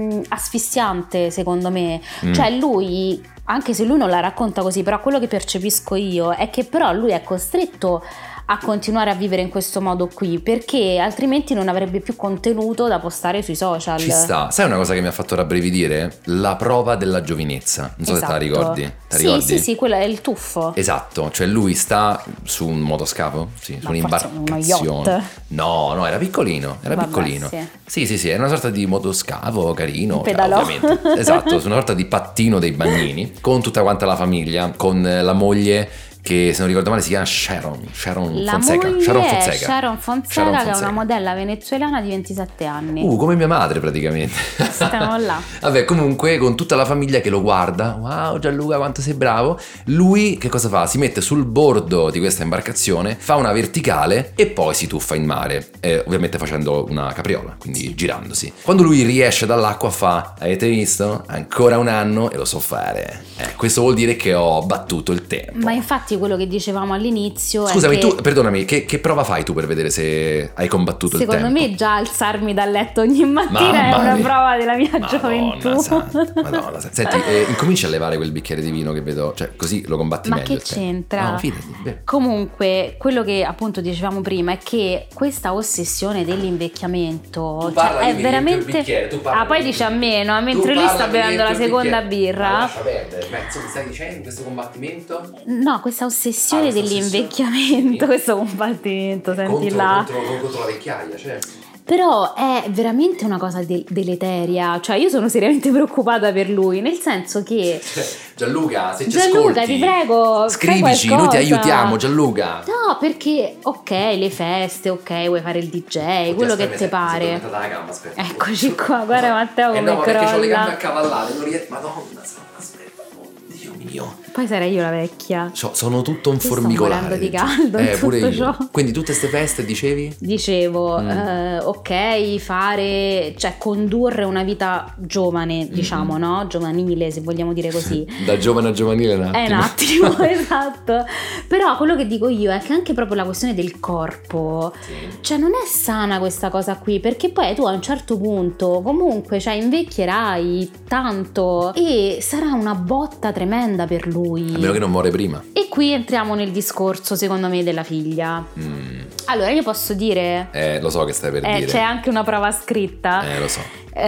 asfissiante secondo me. Cioè lui, anche se lui non la racconta così, però quello che percepisco io è che però lui è costretto a continuare a vivere in questo modo qui, perché altrimenti non avrebbe più contenuto da postare sui social. Ci sta. Sai una cosa che mi ha fatto rabbrividire? La prova della giovinezza. Non so se te la ricordi. Sì, quello è il tuffo. Esatto, cioè lui sta su un motoscafo, sì, su un'imbarcazione. No, era piccolino, piccolino. Sì, era una sorta di motoscafo carino, un pedalò. Ovviamente. Esatto, su una sorta di pattino dei bagnini, con tutta quanta la famiglia, con la moglie che, se non ricordo male, si chiama Sharon Fonseca. Sharon Fonseca, che è una modella venezuelana di 27 anni. Come mia madre praticamente. Stiamo là. Vabbè, comunque con tutta la famiglia che lo guarda. Wow, Gianluca, quanto sei bravo. Lui che cosa fa? Si mette sul bordo di questa imbarcazione, fa una verticale e poi si tuffa in mare, ovviamente facendo una capriola, quindi girandosi. Quando lui riesce dall'acqua fa: avete visto? Ancora un anno e lo so fare. Questo vuol dire che ho battuto il tempo. Ma infatti quello che dicevamo all'inizio. Scusami, è che, tu, perdonami, che prova fai tu per vedere se hai combattuto il tempo? Secondo me già alzarmi dal letto ogni mattina è una prova della mia gioventù. Madonna. Senti, incominci a levare quel bicchiere di vino che vedo, cioè così lo combatti meglio. Ma che c'entra? No, fidati. Comunque, quello che appunto dicevamo prima è che questa ossessione dell'invecchiamento è veramente... poi dice a me, no? Mentre lui sta bevendo la seconda birra. Ma lascia perdere, mi stai dicendo questo combattimento? No, questa ossessione dell'invecchiamento, questo combattimento, senti là. Contro la vecchiaia, certo. Però è veramente una cosa deleteria, cioè io sono seriamente preoccupata per lui, nel senso che Gianluca, se ci ascolti, ti prego, scrivici, noi ti aiutiamo, Gianluca. No, perché ok, le feste, ok, vuoi fare il DJ, quello che ti pare. Gamba, eccoci qua, guarda Matteo come no, crolla. Perché ho le gambe accavallate, non riesco. Madonna, aspetta, Dio mio. Poi sarei io la vecchia. Sono tutto un formicolare. Sto morendo di caldo. Pure io. Ciò. Quindi tutte queste feste dicevi? Dicevo, ok, fare, cioè condurre una vita giovane, diciamo, no? Giovanile, se vogliamo dire così. Da giovane a giovanile un attimo, esatto. Però quello che dico io è che anche proprio la questione del corpo, cioè non è sana questa cosa qui, perché poi tu a un certo punto comunque, cioè invecchierai tanto e sarà una botta tremenda per lui. A meno che non muore prima. E qui entriamo nel discorso, secondo me, della figlia. Allora, io posso dire... Lo so che stai per dire. C'è anche una prova scritta. Lo so.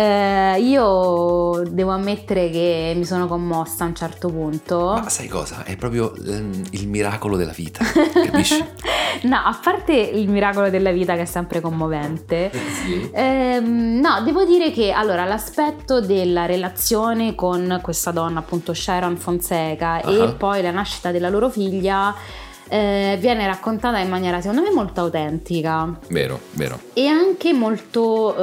Io devo ammettere che mi sono commossa a un certo punto. Ma sai cosa? È proprio il miracolo della vita, capisci? No, a parte il miracolo della vita che è sempre commovente, sì. No, devo dire che allora l'aspetto della relazione con questa donna, appunto Sharon Fonseca, e poi la nascita della loro figlia viene raccontata in maniera secondo me molto autentica. Vero. E anche molto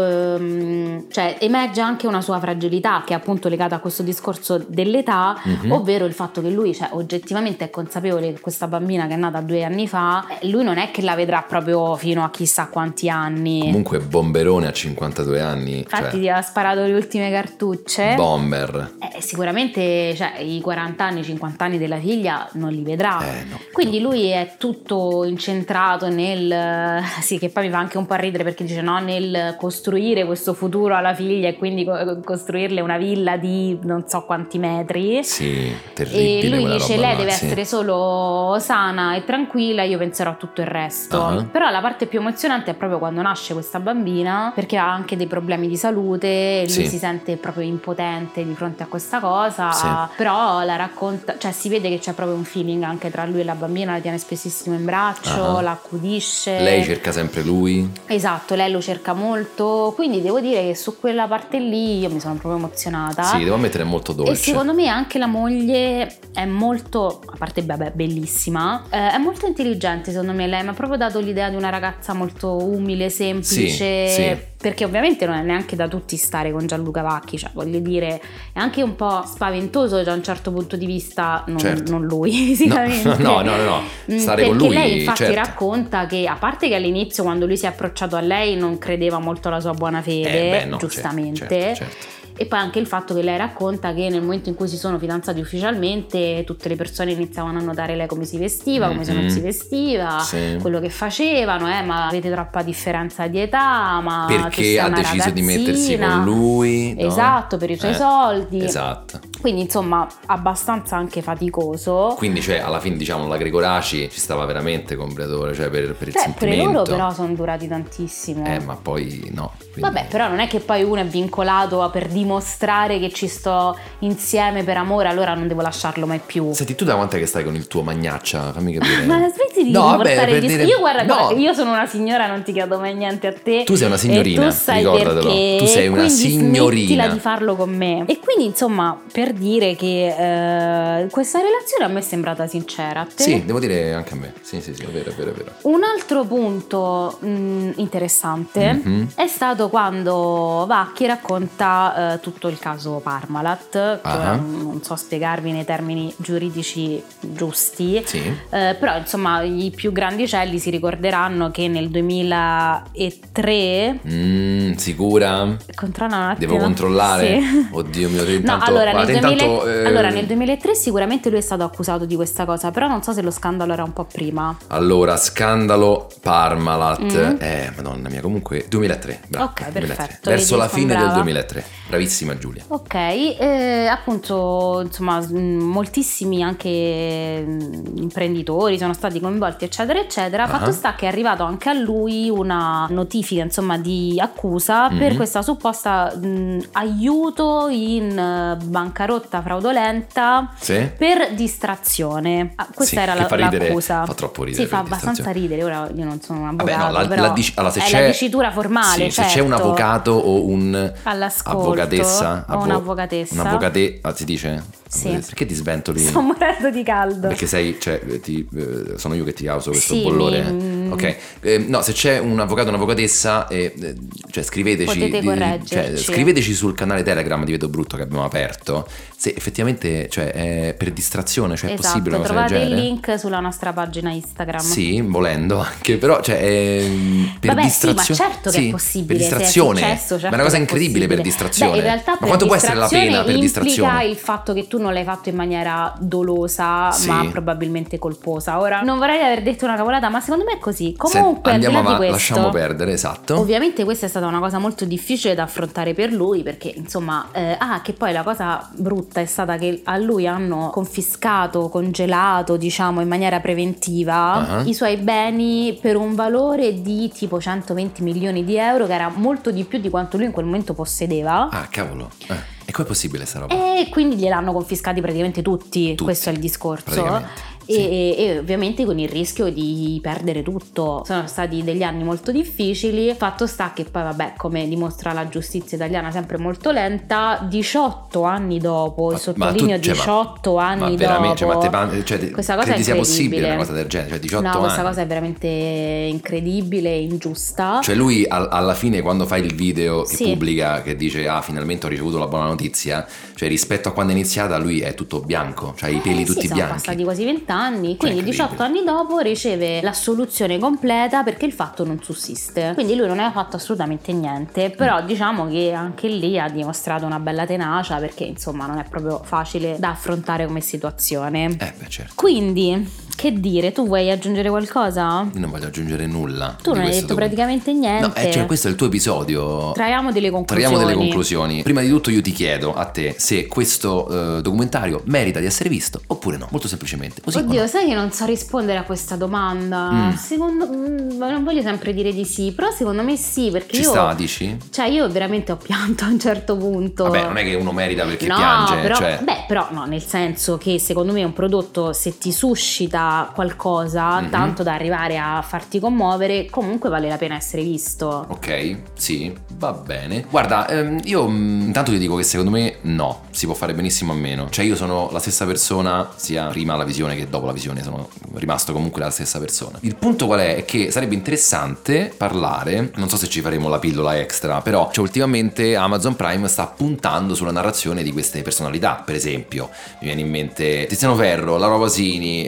cioè emerge anche una sua fragilità, che è appunto legata a questo discorso dell'età, ovvero il fatto che lui, cioè, oggettivamente è consapevole che questa bambina che è nata 2 anni fa, lui non è che la vedrà proprio fino a chissà quanti anni. Comunque bomberone a 52 anni. Infatti ti ha sparato le ultime cartucce. Bomber. Sicuramente, cioè, i 40 anni, 50 anni della figlia non li vedrà. No. Quindi lui è tutto incentrato nel... Sì, che poi mi fa anche un po' ridere perché dice no, nel costruire questo futuro alla figlia e quindi costruirle una villa di non so quanti metri. Sì, terribile. E lui dice lei deve sì. essere solo sana e tranquilla, io penserò a tutto il resto. Però la parte più emozionante è proprio quando nasce questa bambina, perché ha anche dei problemi di salute e lui si sente proprio impotente di fronte a questa cosa, però la racconta, cioè si vede che c'è proprio un feeling anche tra lui e la bambina, la tiene spessissimo in braccio, la accudisce. Lei cerca sempre lui. Esatto, lei lo cerca molto, quindi devo dire che su quella parte lì io mi sono proprio emozionata. Sì, devo ammettere, è molto dolce. E secondo me anche la moglie è molto, a parte bellissima, è molto intelligente secondo me. Lei mi ha proprio dato l'idea di una ragazza molto umile, semplice. Sì. Perché ovviamente non è neanche da tutti stare con Gianluca Vacchi, cioè voglio dire, è anche un po' spaventoso da un certo punto di vista, non lui fisicamente. No, stare con lui. Perché lei infatti racconta che, a parte che all'inizio quando lui si è approcciato a lei non credeva molto alla sua buona fede, giustamente. Certo. E poi anche il fatto che lei racconta che nel momento in cui si sono fidanzati ufficialmente tutte le persone iniziavano a notare lei come si vestiva, come se non si vestiva, quello che facevano, ma avete troppa differenza di età, ma perché ha deciso di mettersi con lui, no? Esatto, per i suoi soldi. Esatto. Quindi insomma abbastanza anche faticoso. Quindi cioè alla fine diciamo la Gregoraci ci stava veramente con Briatore, cioè per il sentimento. Per loro però sono durati tantissimo. Ma poi no. Quindi... Vabbè, però non è che poi uno è vincolato per dimostrare che ci sto insieme per amore, allora non devo lasciarlo mai più. Senti, tu da quant'è che stai con il tuo magnaccia? Fammi capire. Ma smetti di portare il discorso. Io guarda, io sono una signora, non ti chiedo mai niente a te. Tu sei una signorina, tu sai ricordatelo. Perché, tu sei una signorina. Smettila di farlo con me. E quindi insomma, per dire che questa relazione a me è sembrata sincera. A te? Sì, devo dire anche a me. Sì, è vero. Un altro punto interessante è stato quando Vacchi racconta tutto il caso Parmalat, che ora non so spiegarvi nei termini giuridici giusti, però insomma i più grandicelli si ricorderanno che nel 2003 sicura? Controlla un attimo. Devo controllare? Sì. Oddio mio, nel 2003 sicuramente lui è stato accusato di questa cosa, però non so se lo scandalo era un po' prima. Allora, scandalo Parmalat, madonna mia, comunque 2003, bravo. Ok, perfetto. Verso la fine del 2003, bravissima Giulia. Ok, appunto, insomma, moltissimi anche imprenditori sono stati coinvolti, eccetera, eccetera. Fatto sta che è arrivato anche a lui una notifica, insomma, di accusa per questa supposta aiuto in bancarotta fraudolenta per distrazione. Questa era l'accusa. Fa troppo ridere. Sì, fa abbastanza ridere. Ora io non sono un avvocato. Vabbè, no, però allora, se è la dicitura formale. Sì, certo. Se c'è un avvocato o un avvocatessa o un'avvocatessa. Si dice? Sì. Perché ti sventoli? Sto morendo di caldo. Perché sono io che ti causo questo bollore. Ok. No, se c'è un avvocato o un'avvocatessa, cioè scriveteci. Potete correggerci. Scriveteci sul canale Telegram di Vedo Brutto che abbiamo aperto. Se effettivamente, cioè, è per distrazione, cioè è possibile una cosa del genere. Trovate il link sulla nostra pagina Instagram. Sì, volendo anche, però cioè è per distrazione. Sì, ma certo che è possibile. Per distrazione. Se è successo, certo, ma è una cosa incredibile per distrazione. In realtà ma quanto può essere la pena per distrazione? Implica il fatto che tu non l'hai fatto in maniera dolosa, ma probabilmente colposa. Ora, non vorrei aver detto una cavolata, ma secondo me è così. Comunque, andiamo al di là avanti, di questo, lasciamo perdere, esatto. Ovviamente questa è stata una cosa molto difficile da affrontare per lui, perché insomma, che poi la cosa brutta è stata che a lui hanno confiscato, congelato, diciamo in maniera preventiva, i suoi beni per un valore di tipo 120 milioni di euro, che era molto di più di quanto lui in quel momento possedeva. Ah, cavolo. E com'è possibile sta roba? E quindi gliel'hanno confiscati praticamente tutti. Questo è il discorso. E ovviamente con il rischio di perdere tutto. Sono stati degli anni molto difficili. Fatto sta che poi vabbè, come dimostra la giustizia italiana sempre molto lenta, 18 anni dopo, sottolineo 18 anni dopo, questa cosa è sia possibile una cosa del genere, cioè 18 anni. Questa cosa è veramente incredibile e ingiusta. Cioè lui alla fine, quando fa il video che pubblica, che dice finalmente ho ricevuto la buona notizia, cioè rispetto a quando è iniziata lui è tutto bianco, cioè i peli tutti bianchi. Sono passati quasi 20 anni, quindi 18 anni dopo riceve l'assoluzione completa perché il fatto non sussiste, quindi lui non aveva fatto assolutamente niente, però diciamo che anche lì ha dimostrato una bella tenacia, perché insomma non è proprio facile da affrontare come situazione. Certo. Quindi che dire, tu vuoi aggiungere qualcosa? Io non voglio aggiungere nulla. Tu non hai detto praticamente niente. No, cioè questo è il tuo episodio. Traiamo delle conclusioni. Prima di tutto io ti chiedo a te se questo documentario merita di essere visto oppure no, molto semplicemente. Così. Oddio, sai che non so rispondere a questa domanda. Secondo non voglio sempre dire di sì, però secondo me sì, perché dici? Cioè io veramente ho pianto a un certo punto. Vabbè, non è che uno merita perché piange, però no, nel senso che secondo me un prodotto, se ti suscita qualcosa tanto da arrivare a farti commuovere, comunque vale la pena essere visto. Ok, sì, va bene. Guarda, io intanto ti dico che secondo me no, si può fare benissimo a meno. Cioè io sono la stessa persona sia prima la visione che dopo la visione, sono rimasto comunque la stessa persona. Il punto qual è? È che sarebbe interessante parlare, non so se ci faremo la pillola extra, però ultimamente Amazon Prime sta puntando sulla narrazione di queste personalità. Per esempio mi viene in mente Tiziano Ferro, Laura Pasini, Gianluca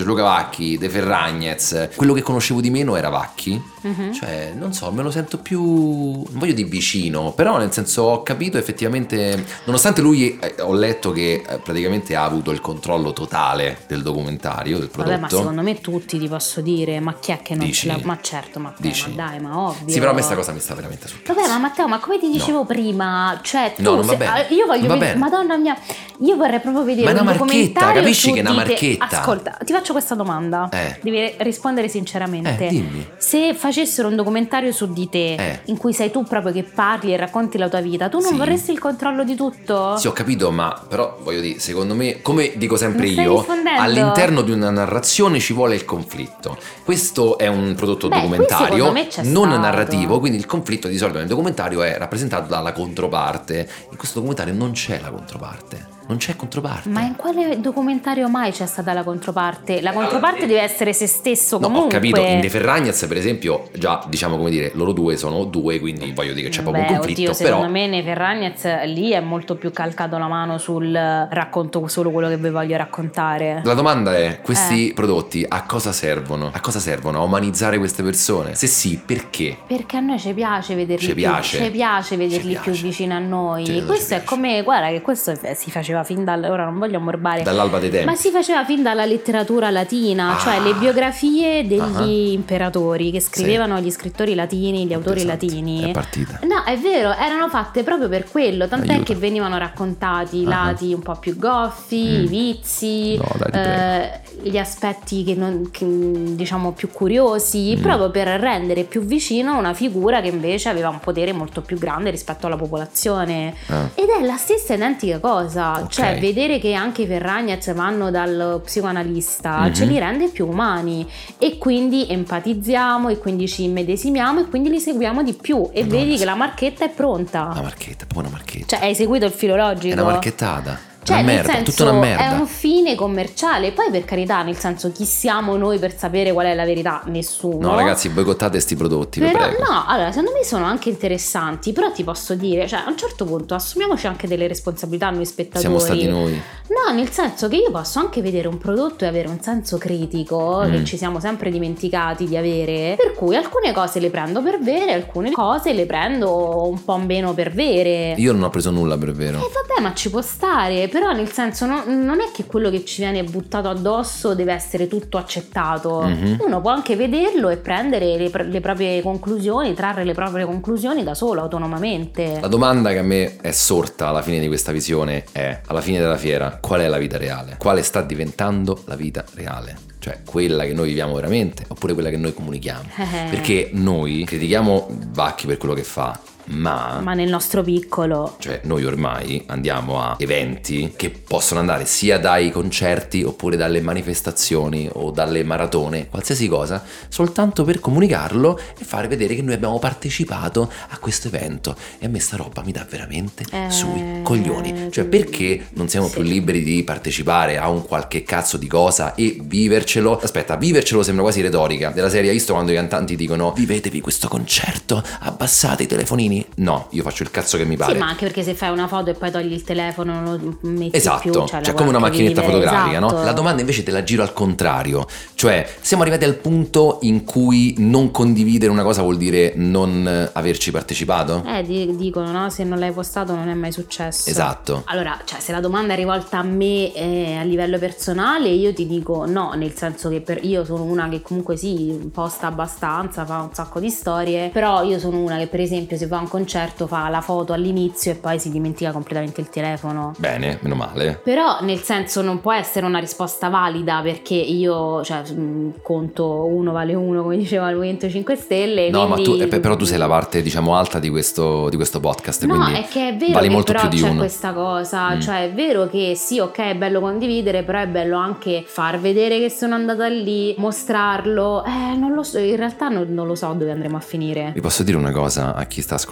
Gianluca Vacchi, De Ferragnez. Quello che conoscevo di meno era Vacchi. Cioè, non so, me lo sento più, non voglio dire vicino, però nel senso ho capito effettivamente, nonostante lui ho letto che praticamente ha avuto il controllo totale del documentario, del prodotto. Vabbè, ma secondo me tutti ti posso dire, ma chi è che non Dici? ce l'ha? Ma certo, ma dai, ma ovvio. Sì, però a me sta cosa mi sta veramente sul cazzo. Vabbè, ma Matteo, ma come ti dicevo prima, cioè tu, No, non va bene. Io voglio Non va vedere, bene. Madonna mia, io vorrei proprio vedere Ma è una un marchetta, documentario capisci su che è una di te. marchetta? Ascolta, ti faccio questa domanda. Devi rispondere sinceramente. Dimmi. Se facessero un documentario su di te, in cui sei tu proprio che parli e racconti la tua vita, tu non vorresti il controllo di tutto? Sì, ho capito, ma però voglio dire, secondo me, come dico sempre Non stai io, rispondendo? all'interno di una narrazione ci vuole il conflitto. Questo è un prodotto Beh, qui documentario secondo me c'è non stato. narrativo, quindi il conflitto di solito nel documentario è rappresentato dalla controparte. In questo documentario non c'è la controparte. Non c'è controparte. Ma in quale documentario mai c'è stata la controparte? La controparte deve essere se stesso comunque. No, ho capito, in De Ferragnez per esempio, già diciamo come dire, loro due sono due, quindi voglio dire che c'è proprio un conflitto. Oddio, però secondo me nei Ferragnez lì è molto più calcato la mano sul racconto solo quello che vi voglio raccontare. la domanda è, questi prodotti a cosa servono? A cosa servono? A umanizzare queste persone? Se sì, perché? Perché a noi ci piace vederli Ci piace. ci piace vederli Ci più piace. vicino a noi. Ci Questo è piace. come, guarda che questo si faceva fin ora non voglio ammorbare. Dall'alba dei tempi. Ma si faceva fin dalla letteratura latina, cioè le biografie degli imperatori che scrivevano gli scrittori latini, gli autori Esatto, latini. è partita. No, è vero, erano fatte proprio per quello, tant'è Aiuto. che venivano raccontati i lati un po' più goffi, i vizi, No, dai, ti prego. gli aspetti che, diciamo più curiosi, proprio per rendere più vicino una figura che invece aveva un potere molto più grande rispetto alla popolazione. Ed è la stessa identica cosa, cioè vedere che anche i Ferragnez vanno dal psicoanalista ce li rende più umani e quindi empatizziamo e quindi ci immedesimiamo e quindi li seguiamo di più e vedi che la marchetta è pronta. Una marchetta, poi una marchetta. Cioè hai seguito il filo logico? È una marchettata. Cioè, una nel merda, senso, tutta una merda. è un fine commerciale. Poi, per carità, nel senso, chi siamo noi per sapere qual è la verità? Nessuno. No, ragazzi, boicottate sti prodotti, vi Però, prego. no, allora, secondo me sono anche interessanti. Però ti posso dire, cioè, a un certo punto assumiamoci anche delle responsabilità noi spettatori. Siamo stati noi. No, nel senso che io posso anche vedere un prodotto e avere un senso critico che ci siamo sempre dimenticati di avere. Per cui alcune cose le prendo per vere, alcune cose le prendo un po' meno per vere. Io non ho preso nulla per vero. Vabbè, ma ci può stare, però nel senso non è che quello che ci viene buttato addosso deve essere tutto accettato. Uno può anche vederlo e prendere le proprie conclusioni, trarre le proprie conclusioni da solo, autonomamente. La domanda che a me è sorta alla fine di questa visione è, alla fine della fiera, qual è la vita reale? Quale sta diventando la vita reale? Cioè quella che noi viviamo veramente oppure quella che noi comunichiamo? Perché noi critichiamo Vacchi per quello che fa, ma nel nostro piccolo, cioè noi ormai andiamo a eventi che possono andare sia dai concerti oppure dalle manifestazioni o dalle maratone, qualsiasi cosa, soltanto per comunicarlo e fare vedere che noi abbiamo partecipato a questo evento. E a me sta roba mi dà veramente sui coglioni. Cioè perché non siamo più liberi di partecipare a un qualche cazzo di cosa e vivercelo? Aspetta, vivercelo sembra quasi retorica. Della serie, hai visto quando i cantanti dicono vivetevi questo concerto, abbassate i telefonini? No, io faccio il cazzo che mi pare. sì, ma anche perché se fai una foto e poi togli il telefono non lo metti Esatto, più, cioè come una macchinetta fotografica, esatto. no? La domanda invece te la giro al contrario. Cioè, siamo arrivati al punto in cui non condividere una cosa vuol dire non averci partecipato? Dicono, no? Se non l'hai postato non è mai successo. Esatto. Allora, cioè, se la domanda è rivolta a me a livello personale, io ti dico no, nel senso che io sono una che comunque sì, posta abbastanza, fa un sacco di storie, però io sono una che per esempio se va a un concerto fa la foto all'inizio e poi si dimentica completamente il telefono. Bene, meno male. Però nel senso non può essere una risposta valida perché io, cioè, conto 1 vale 1 come diceva il Movimento 5 Stelle. No, quindi... ma però tu sei la parte diciamo alta di questo podcast. No, quindi è che è vero vali che molto però più di c'è uno. questa cosa, cioè è vero che sì, ok, è bello condividere, però è bello anche far vedere che sono andata lì, mostrarlo. Non lo so, in realtà non lo so dove andremo a finire. Vi posso dire una cosa a chi sta ascoltando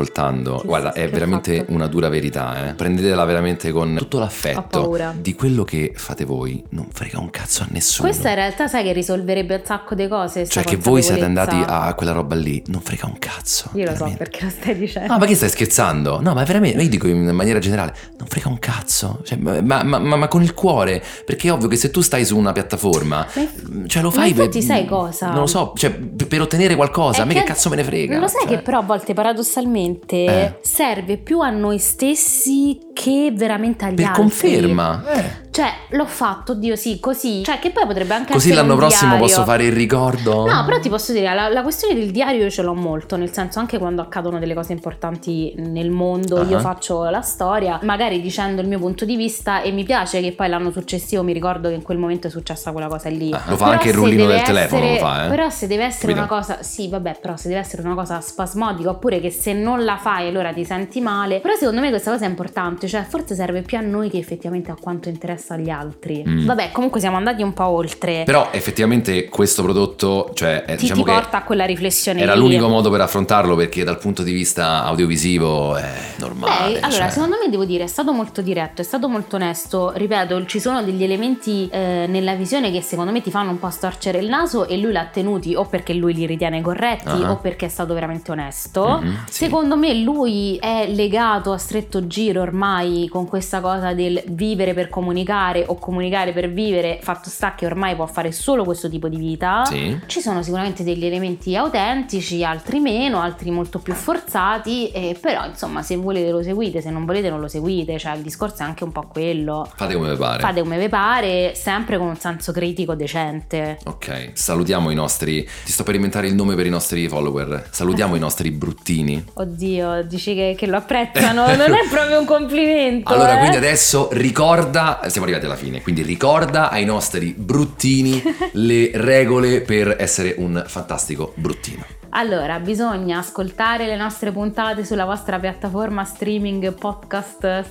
ascoltando, guarda, è veramente una dura verità, prendetela veramente con tutto l'affetto. Di quello che fate voi non frega un cazzo a nessuno. Questa in realtà sai che risolverebbe un sacco di cose. Cioè che voi siete andati a quella roba lì non frega un cazzo. Io lo so perché lo stai dicendo. No, ma che stai scherzando? No, ma veramente, io dico in maniera generale, non frega un cazzo, cioè, ma con il cuore, perché è ovvio che se tu stai su una piattaforma, cioè lo fai infatti sai cosa? Non lo so, cioè per ottenere qualcosa, a me che cazzo me ne frega. Lo sai che però a volte paradossalmente serve più a noi stessi che veramente agli altri. Per conferma. Cioè l'ho fatto, Dio sì, così. Cioè che poi potrebbe anche così essere l'anno un prossimo diario. Posso fare il ricordo? No, però ti posso dire, la questione del diario io ce l'ho molto, nel senso anche quando accadono delle cose importanti nel mondo, io faccio la storia, magari dicendo il mio punto di vista, e mi piace che poi l'anno successivo mi ricordo che in quel momento è successa quella cosa lì. Lo fa anche il rullino del telefono, lo fa, Però se deve essere Capito? una cosa, sì vabbè, però se deve essere una cosa spasmodica, oppure che se non la fai allora ti senti male, però secondo me questa cosa è importante, cioè forse serve più a noi che effettivamente a quanto interessa agli altri. Vabbè, comunque siamo andati un po' oltre. Però effettivamente questo prodotto, cioè diciamo ti porta a quella riflessione era lì. l'unico modo per affrontarlo, perché dal punto di vista audiovisivo è normale. Allora secondo me devo dire è stato molto diretto, è stato molto onesto, ripeto, ci sono degli elementi nella visione che secondo me ti fanno un po' storcere il naso, e lui l'ha tenuti o perché lui li ritiene corretti o perché è stato veramente onesto. Sì. Secondo me lui è legato a stretto giro ormai con questa cosa del vivere per comunicare o comunicare per vivere, fatto sta che ormai può fare solo questo tipo di vita. Sì. Ci sono sicuramente degli elementi autentici, altri meno, altri molto più forzati, però insomma se volete lo seguite, se non volete non lo seguite, cioè il discorso è anche un po' quello. Fate come vi pare. Fate come vi pare, sempre con un senso critico decente. Ok, salutiamo i nostri, ti sto per inventare il nome per i nostri follower, salutiamo i nostri bruttini. Oddio, dici che lo apprezzano, non è proprio un complimento. Allora, quindi adesso ricorda, siamo arrivati alla fine, quindi ricorda ai nostri bruttini le regole per essere un fantastico bruttino. Allora, bisogna ascoltare le nostre puntate sulla vostra piattaforma streaming podcast.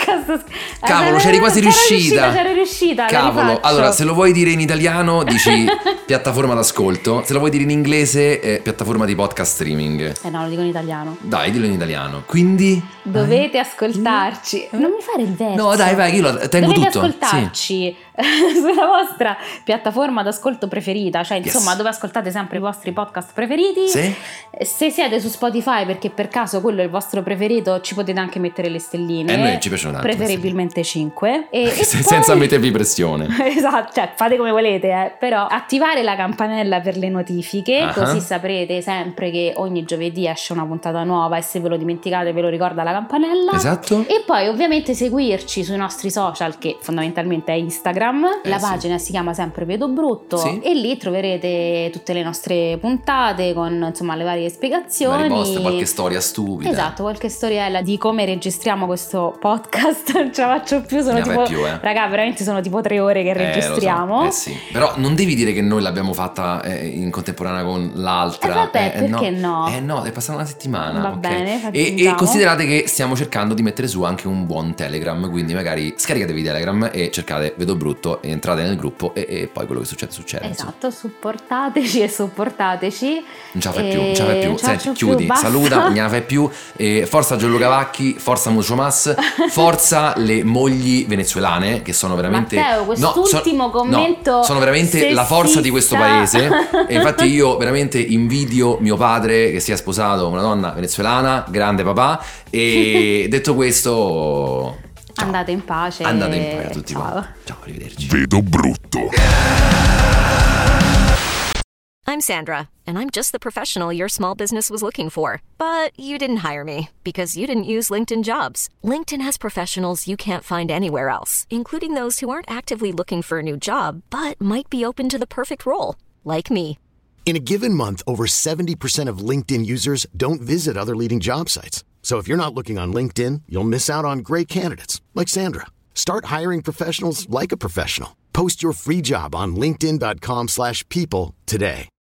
Cavolo, c'eri quasi riuscita. C'ero riuscita. Cavolo, allora se lo vuoi dire in italiano dici piattaforma d'ascolto, se lo vuoi dire in inglese piattaforma di podcast streaming. No, lo dico in italiano. Dai, dillo in italiano. Quindi dovete ascoltarci. Non mi fare il verso. No, dai, vai, io lo tengo dovete tutto. ascoltarci sulla vostra piattaforma d'ascolto preferita, cioè insomma dove ascoltate sempre i vostri podcast preferiti. Sì. Se siete su Spotify perché per caso quello è il vostro preferito, ci potete anche mettere le stelline. E a noi ci piacciono tanto, preferibilmente 5 e senza poi... mettervi pressione. Esatto, cioè fate come volete, però attivare la campanella per le notifiche, così saprete sempre che ogni giovedì esce una puntata nuova, e se ve lo dimenticate ve lo ricorda la campanella. Esatto. E poi ovviamente seguirci sui nostri social, che fondamentalmente è Instagram. La pagina si chiama sempre Vedo Brutto, e lì troverete tutte le nostre puntate con insomma le varie spiegazioni, qualche storia stupida. Esatto, qualche storiella di come registriamo questo podcast. Non ce la faccio più, sono tipo raga, veramente sono tipo 3 ore che registriamo. Lo so. Sì. Però non devi dire che noi l'abbiamo fatta in contemporanea con l'altra. Vabbè, perché no? No, è passata una settimana. Va bene, e considerate che stiamo cercando di mettere su anche un buon Telegram, quindi magari scaricatevi Telegram e cercate Vedo Brutto e entrate nel gruppo e poi quello che succede. Esatto, supportateci e sopportateci. Non ce la fai più. Senti, chiudi, basta. saluta, non ne la fai più. Forza Gianluca Vacchi, forza Mucho Mas, forza le mogli venezuelane che sono veramente Matteo, quest'ultimo commento sono veramente sessista. La forza di questo paese. E infatti io veramente invidio mio padre che sia sposato una donna venezuelana, grande papà. E detto questo, ciao. Andate in pace a tutti quanti. Ciao, arrivederci. Vedo Brutto. I'm Sandra, and I'm just the professional your small business was looking for. But you didn't hire me because you didn't use LinkedIn Jobs. LinkedIn has professionals you can't find anywhere else, including those who aren't actively looking for a new job, but might be open to the perfect role, like me. In a given month, over 70% of LinkedIn users don't visit other leading job sites. So if you're not looking on LinkedIn, you'll miss out on great candidates like Sandra. Start hiring professionals like a professional. Post your free job on linkedin.com/people today.